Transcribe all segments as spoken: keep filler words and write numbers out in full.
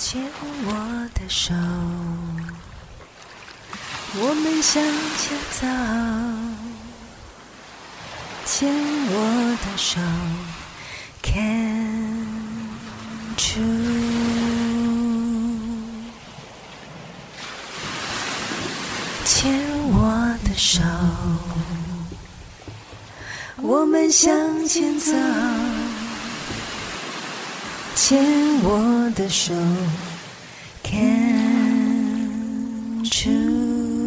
牵我的手，我们向前走，牵我的手 Can true， 牵我的手，我们向前走，牵我的手 Can true。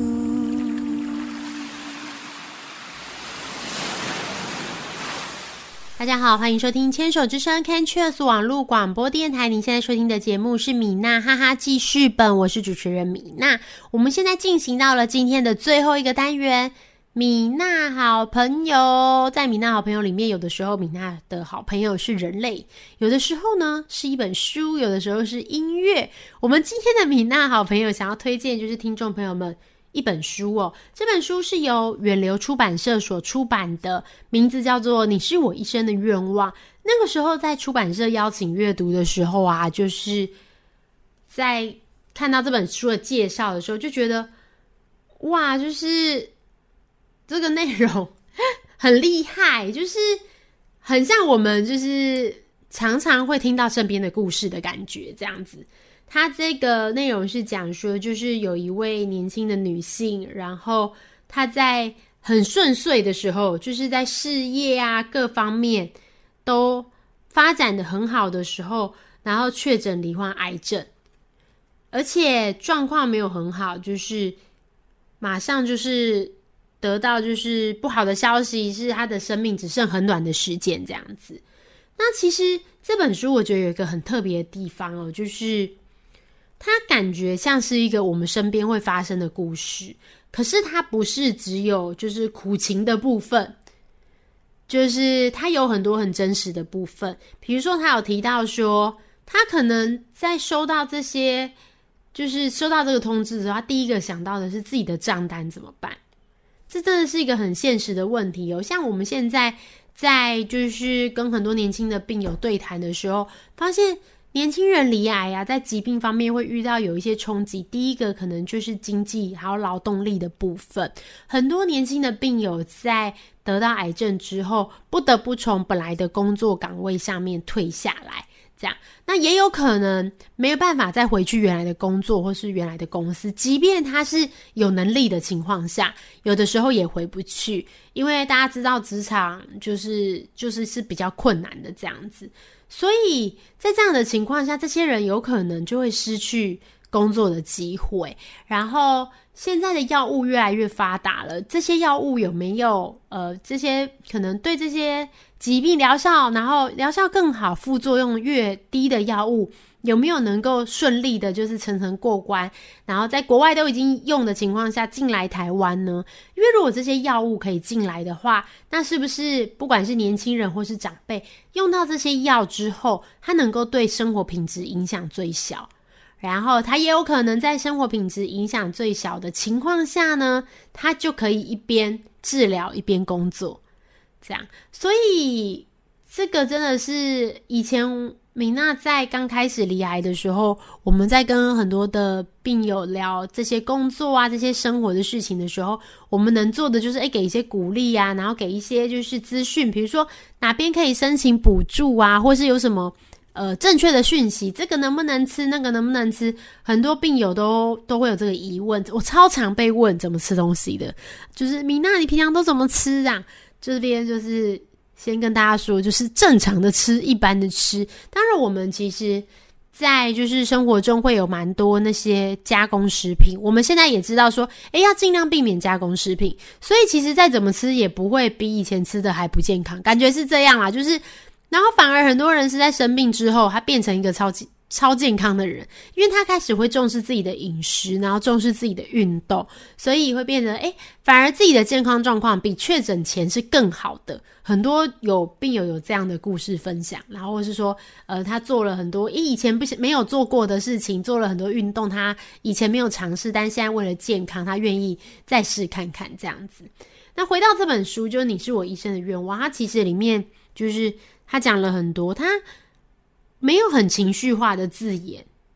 大家好，欢迎收听牵手之声 Can Cheers 网络广播电台。您现在收听的节目是米娜哈哈记事本，我是主持人米娜。我们现在进行到了今天的最后一个单元，米娜好朋友。在米娜好朋友里面，有的时候米娜的好朋友是人类，有的时候呢是一本书，有的时候是音乐。我们今天的米娜好朋友想要推荐就是听众朋友们一本书哦，这本书是由远流出版社所出版的，名字叫做《你是我一生的愿望》。那个时候在出版社邀请阅读的时候啊，就是在看到这本书的介绍的时候，就觉得哇，就是这个内容很厉害，就是很像我们就是常常会听到身边的故事的感觉这样子。它这个内容是讲说，就是有一位年轻的女性，然后她在很顺遂的时候，就是在事业啊各方面都发展的很好的时候，然后确诊罹患癌症，而且状况没有很好，就是马上就是得到就是不好的消息，是她的生命只剩很短的时间这样子。那其实这本书我觉得有一个很特别的地方哦，就是它感觉像是一个我们身边会发生的故事，可是它不是只有就是苦情的部分，就是它有很多很真实的部分。比如说他有提到说，他可能在收到这些就是收到这个通知之后，他第一个想到的是自己的账单怎么办。这真的是一个很现实的问题哦。像我们现在在就是跟很多年轻的病友对谈的时候，发现年轻人罹癌啊，在疾病方面会遇到有一些冲击。第一个可能就是经济还有劳动力的部分，很多年轻的病友在得到癌症之后，不得不从本来的工作岗位上面退下来，这样那也有可能没有办法再回去原来的工作或是原来的公司，即便他是有能力的情况下，有的时候也回不去，因为大家知道职场就是就是是比较困难的这样子。所以在这样的情况下，这些人有可能就会失去工作的机会。然后现在的药物越来越发达了，这些药物有没有呃这些可能对这些疾病疗效，然后疗效更好，副作用越低的药物，有没有能够顺利的就是层层过关，然后在国外都已经用的情况下进来台湾呢？因为如果这些药物可以进来的话，那是不是不管是年轻人或是长辈用到这些药之后，它能够对生活品质影响最小，然后它也有可能在生活品质影响最小的情况下呢，它就可以一边治疗一边工作这样。所以这个真的是以前米娜在刚开始罹癌的时候，我们在跟很多的病友聊这些工作啊这些生活的事情的时候，我们能做的就是诶给一些鼓励啊，然后给一些就是资讯，比如说哪边可以申请补助啊，或是有什么呃正确的讯息，这个能不能吃，那个能不能吃，很多病友都都会有这个疑问。我超常被问怎么吃东西的，就是米娜你平常都怎么吃啊？这边就是先跟大家说，就是正常的吃，一般的吃。当然我们其实在就是生活中会有蛮多那些加工食品，我们现在也知道说诶要尽量避免加工食品，所以其实再怎么吃也不会比以前吃的还不健康，感觉是这样啦。就是然后反而很多人是在生病之后，他变成一个超级超健康的人，因为他开始会重视自己的饮食，然后重视自己的运动，所以会变得诶反而自己的健康状况比确诊前是更好的。很多有病友有这样的故事分享，然后或是说呃他做了很多以前不没有做过的事情，做了很多运动他以前没有尝试，但现在为了健康他愿意再试看看这样子。那回到这本书，就是你是我一生的愿望，它其实里面就是他讲了很多，他没有很情绪化的字眼，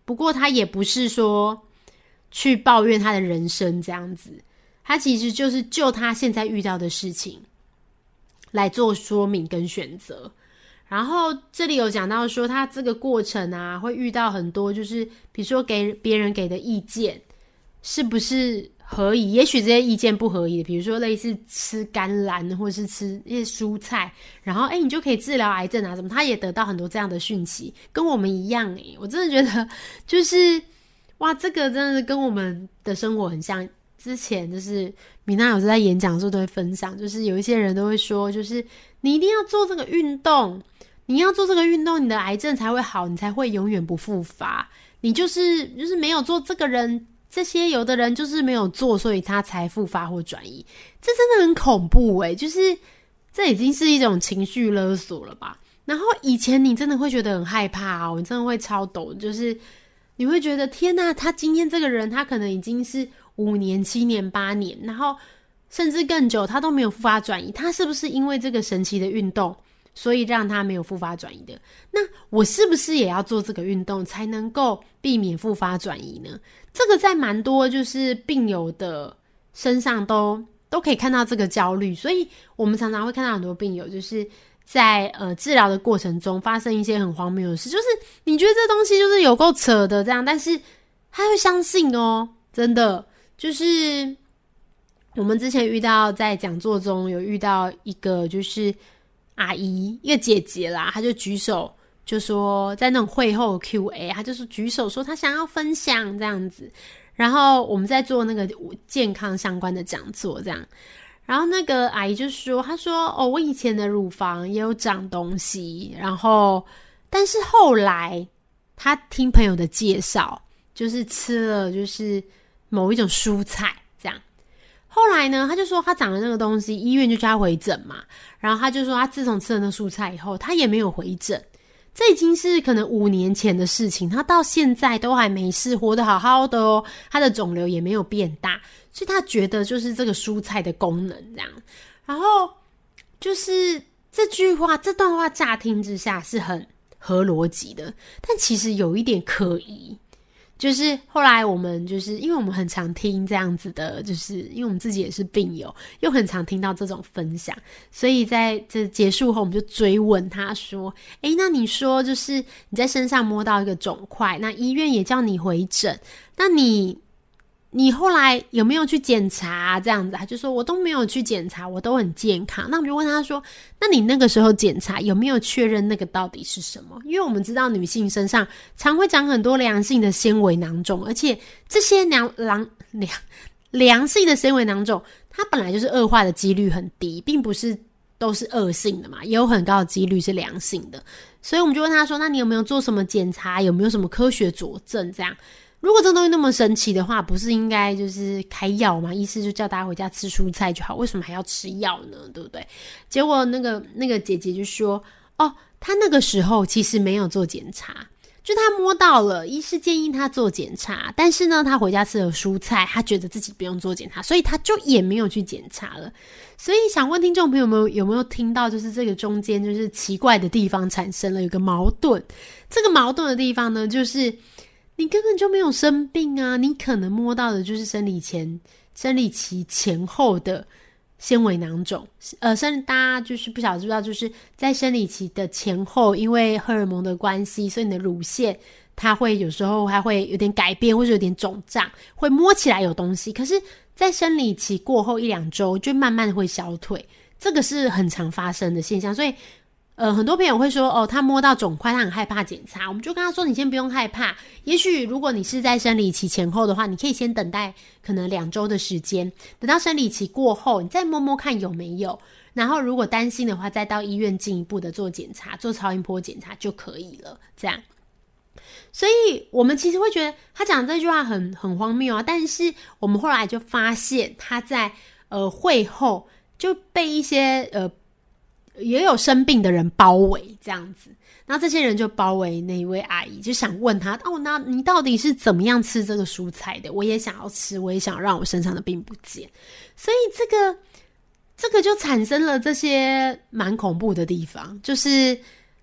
不过他也不是说去抱怨他的人生这样子，他其实就是就他现在遇到的事情来做说明跟选择。然后这里有讲到说他这个过程啊会遇到很多就是比如说给别人给的意见是不是合宜，也许这些意见不合宜的，比如说类似吃甘蓝或是吃一些蔬菜，然后诶你就可以治疗癌症啊什么，他也得到很多这样的讯息，跟我们一样诶我真的觉得就是哇这个真的是跟我们的生活很像。之前就是米娜有时在演讲的时候都会分享，就是有一些人都会说就是你一定要做这个运动，你要做这个运动你的癌症才会好，你才会永远不复发，你就是就是没有做这个人，这些有的人就是没有做，所以他才复发或转移，这真的很恐怖欸，就是这已经是一种情绪勒索了吧。然后以前你真的会觉得很害怕哦，你真的会超抖，就是你会觉得天哪，他今天这个人他可能已经是五年七年八年，然后甚至更久他都没有复发转移，他是不是因为这个神奇的运动所以让他没有复发转移的？那我是不是也要做这个运动才能够避免复发转移呢？这个在蛮多就是病友的身上都都可以看到这个焦虑，所以我们常常会看到很多病友就是在呃治疗的过程中发生一些很荒谬的事，就是你觉得这东西就是有够扯的这样，但是他会相信哦，真的。就是我们之前遇到在讲座中有遇到一个就是阿姨，一个姐姐啦，她就举手就说在那种会后 Q A， 她就是举手说她想要分享这样子，然后我们在做那个健康相关的讲座这样，然后那个阿姨就说她说哦我以前的乳房也有长东西，然后但是后来她听朋友的介绍就是吃了就是某一种蔬菜这样，后来呢他就说他长了那个东西，医院就叫他回诊嘛，然后他就说他自从吃了那蔬菜以后他也没有回诊，这已经是可能五年前的事情，他到现在都还没事，活得好好的哦，他的肿瘤也没有变大，所以他觉得就是这个蔬菜的功能这样。然后就是这句话这段话乍听之下是很合逻辑的，但其实有一点可疑，就是后来我们就是因为我们很常听这样子的，就是因为我们自己也是病友，又很常听到这种分享，所以在这结束后我们就追问他说诶那你说就是你在身上摸到一个肿块，那医院也叫你回诊，那你你后来有没有去检查啊？这样子他就说我都没有去检查，我都很健康。那我们就问他说那你那个时候检查有没有确认那个到底是什么？因为我们知道女性身上常会长很多良性的纤维囊肿，而且这些良良良良性的纤维囊肿它本来就是恶化的几率很低，并不是都是恶性的嘛，也有很高的几率是良性的。所以我们就问他说那你有没有做什么检查，有没有什么科学佐证这样。如果这东西那么神奇的话，不是应该就是开药吗？医师就叫大家回家吃蔬菜就好，为什么还要吃药呢？对不对？结果那个那个姐姐就说哦她那个时候其实没有做检查，就她摸到了，医师建议她做检查，但是呢她回家吃了蔬菜，她觉得自己不用做检查，所以她就也没有去检查了。所以想问听众朋友们有没有听到就是这个中间就是奇怪的地方产生了有个矛盾。这个矛盾的地方呢就是你根本就没有生病啊，你可能摸到的就是生理前生理期前后的纤维囊肿。呃，生大家就是不晓得知道，就是在生理期的前后，因为荷尔蒙的关系，所以你的乳腺它会有时候还会有点改变，或者有点肿胀，会摸起来有东西。可是在生理期过后一两周就慢慢会消退，这个是很常发生的现象。所以呃，很多朋友会说哦，他摸到肿块他很害怕检查，我们就跟他说你先不用害怕，也许如果你是在生理期前后的话，你可以先等待可能两周的时间，等到生理期过后你再摸摸看有没有，然后如果担心的话再到医院进一步的做检查，做超音波检查就可以了这样。所以我们其实会觉得他讲这句话很很荒谬啊，但是我们后来就发现他在呃会后就被一些呃也有生病的人包围这样子，然后这些人就包围那一位阿姨，就想问她哦，那你到底是怎么样吃这个蔬菜的？我也想要吃，我也想让我身上的病不见。所以这个这个就产生了这些蛮恐怖的地方，就是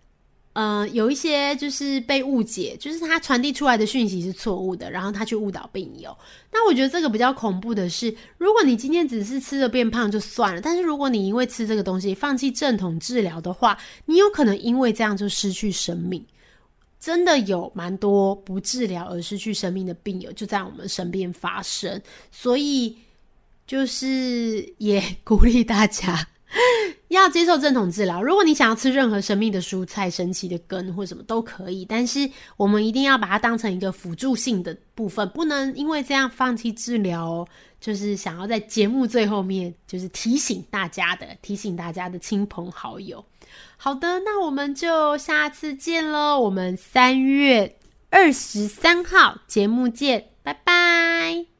呃，有一些就是被误解，就是他传递出来的讯息是错误的，然后他去误导病友。那我觉得这个比较恐怖的是，如果你今天只是吃了变胖就算了，但是如果你因为吃这个东西放弃正统治疗的话，你有可能因为这样就失去生命。真的有蛮多不治疗而失去生命的病友就在我们身边发生，所以就是也鼓励大家要接受正统治疗。如果你想要吃任何生命的蔬菜、神奇的根或什么都可以，但是我们一定要把它当成一个辅助性的部分，不能因为这样放弃治疗哦。就是想要在节目最后面就是提醒大家的，提醒大家的亲朋好友。好的，那我们就下次见咯，我们三月二十三号节目见，拜拜。